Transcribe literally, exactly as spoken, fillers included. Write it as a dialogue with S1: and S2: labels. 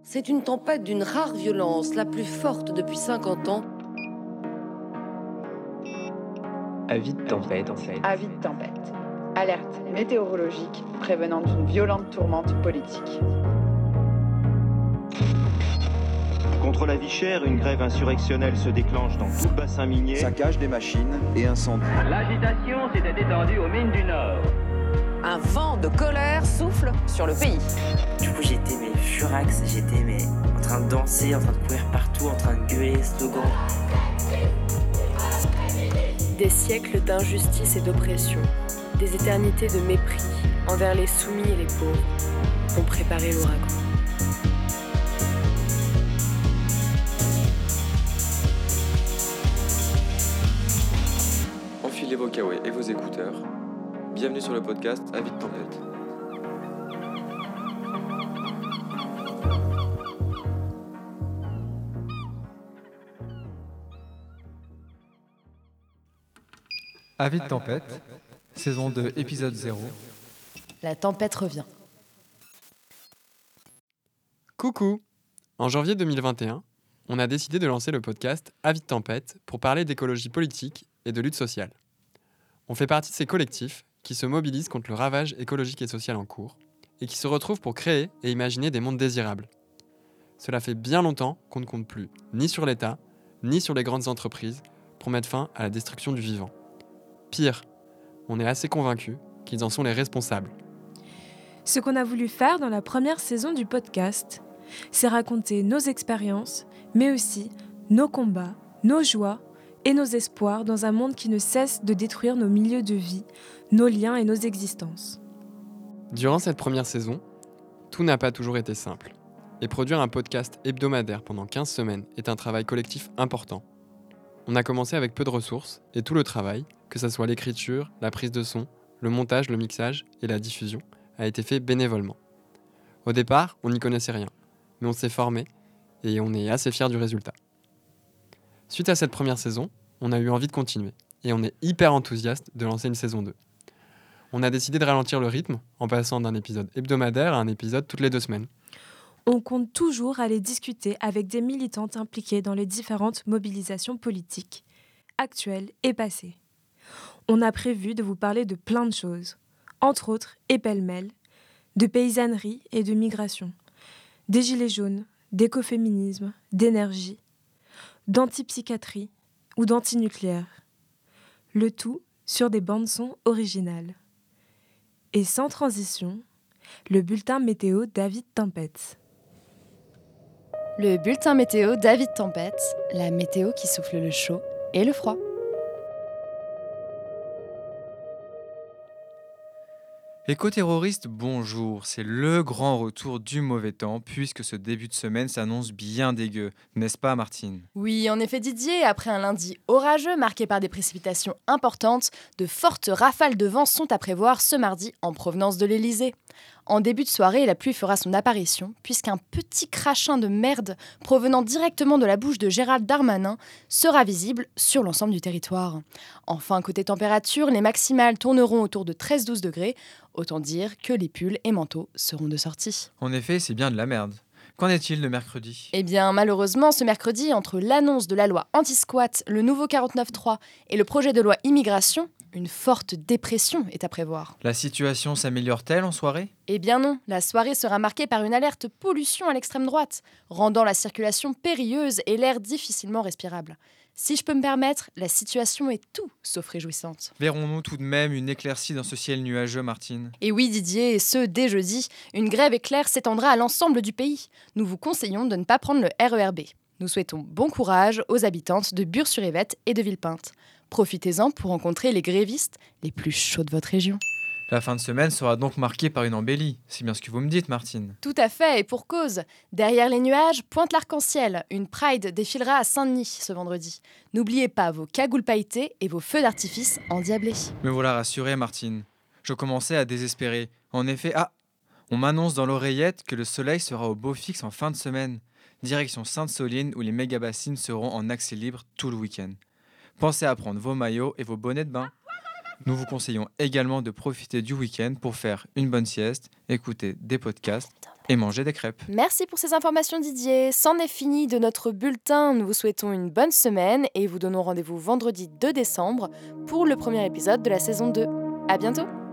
S1: C'est une tempête d'une rare violence, la plus forte depuis cinquante ans.
S2: Avis de tempête.
S3: Avis de tempête. Alerte météorologique prévenant d'une violente tourmente politique.
S4: Contre la vie chère, une grève insurrectionnelle se déclenche dans tout le bassin minier.
S5: Saccage des machines et incendie.
S6: L'agitation s'était étendue aux mines du Nord.
S7: Un vent de colère souffle sur le pays.
S8: Du coup, j'étais mais furax, j'étais mais en train de danser, en train de courir partout, en train de gueuler, slogans.
S9: Des siècles d'injustice et d'oppression, des éternités de mépris envers les soumis et les pauvres ont préparé l'ouragan.
S10: Enfilez vos kawaii et vos écouteurs. Bienvenue sur le podcast Avis de tempête.
S11: Avis de tempête, saison deux, épisode zéro.
S12: La tempête revient.
S13: Coucou! En janvier deux mille vingt et un, on a décidé de lancer le podcast Avis de tempête pour parler d'écologie politique et de lutte sociale. On fait partie de ces collectifs qui se mobilisent contre le ravage écologique et social en cours et qui se retrouvent pour créer et imaginer des mondes désirables. Cela fait bien longtemps qu'on ne compte plus ni sur l'État, ni sur les grandes entreprises pour mettre fin à la destruction du vivant. Pire, on est assez convaincus qu'ils en sont les responsables.
S14: Ce qu'on a voulu faire dans la première saison du podcast, c'est raconter nos expériences, mais aussi nos combats, nos joies et nos espoirs dans un monde qui ne cesse de détruire nos milieux de vie, nos liens et nos existences.
S13: Durant cette première saison, tout n'a pas toujours été simple. Et produire un podcast hebdomadaire pendant quinze semaines est un travail collectif important. On a commencé avec peu de ressources et tout le travail, que ce soit l'écriture, la prise de son, le montage, le mixage et la diffusion, a été fait bénévolement. Au départ, on n'y connaissait rien, mais on s'est formé et on est assez fiers du résultat. Suite à cette première saison, on a eu envie de continuer et on est hyper enthousiaste de lancer une saison deux. On a décidé de ralentir le rythme en passant d'un épisode hebdomadaire à un épisode toutes les deux semaines.
S14: On compte toujours aller discuter avec des militantes impliquées dans les différentes mobilisations politiques, actuelles et passées. On a prévu de vous parler de plein de choses, entre autres et pêle-mêle, de paysannerie et de migration, des gilets jaunes, d'écoféminisme, d'énergie, d'antipsychiatrie ou d'antinucléaire. Le tout sur des bandes-sons originales. Et sans transition, le bulletin météo d'Avis de tempête.
S12: Le bulletin météo d'Avis de tempête, la météo qui souffle le chaud et le froid.
S11: Éco-terroristes, bonjour, c'est le grand retour du mauvais temps puisque ce début de semaine s'annonce bien dégueu, n'est-ce pas Martine ?
S12: Oui, en effet Didier, après un lundi orageux marqué par des précipitations importantes, de fortes rafales de vent sont à prévoir ce mardi en provenance de l'Elysée. En début de soirée, la pluie fera son apparition puisqu'un petit crachin de merde provenant directement de la bouche de Gérald Darmanin sera visible sur l'ensemble du territoire. Enfin, côté température, les maximales tourneront autour de treize à douze degrés. Autant dire que les pulls et manteaux seront de sortie.
S11: En effet, c'est bien de la merde. Qu'en est-il le mercredi ?
S12: Eh bien, malheureusement, ce mercredi, entre l'annonce de la loi anti-squat, le nouveau quarante-neuf trois et le projet de loi immigration, une forte dépression est à prévoir.
S11: La situation s'améliore-t-elle en soirée ?
S12: Eh bien non, la soirée sera marquée par une alerte pollution à l'extrême droite, rendant la circulation périlleuse et l'air difficilement respirable. Si je peux me permettre, la situation est tout sauf réjouissante.
S11: Verrons-nous tout de même une éclaircie dans ce ciel nuageux, Martine ?
S12: Et oui Didier, et ce dès jeudi, une grève éclair s'étendra à l'ensemble du pays. Nous vous conseillons de ne pas prendre le R E R B. Nous souhaitons bon courage aux habitantes de Bure-sur-Yvette et de Villepinte. Profitez-en pour rencontrer les grévistes les plus chauds de votre région.
S11: La fin de semaine sera donc marquée par une embellie. C'est bien ce que vous me dites, Martine.
S12: Tout à fait, et pour cause. Derrière les nuages, pointe l'arc-en-ciel. Une Pride défilera à Saint-Denis ce vendredi. N'oubliez pas vos cagoules pailletées et vos feux d'artifice endiablés.
S11: Me voilà rassurée, Martine. Je commençais à désespérer. En effet, ah, on m'annonce dans l'oreillette que le soleil sera au beau fixe en fin de semaine. Direction Sainte-Soline où les méga-bassines seront en accès libre tout le week-end. Pensez à prendre vos maillots et vos bonnets de bain. Nous vous conseillons également de profiter du week-end pour faire une bonne sieste, écouter des podcasts Et manger des crêpes.
S12: Merci pour ces informations Didier. C'en est fini de notre bulletin. Nous vous souhaitons une bonne semaine et vous donnons rendez-vous vendredi deux décembre pour le premier épisode de la saison deux. À bientôt.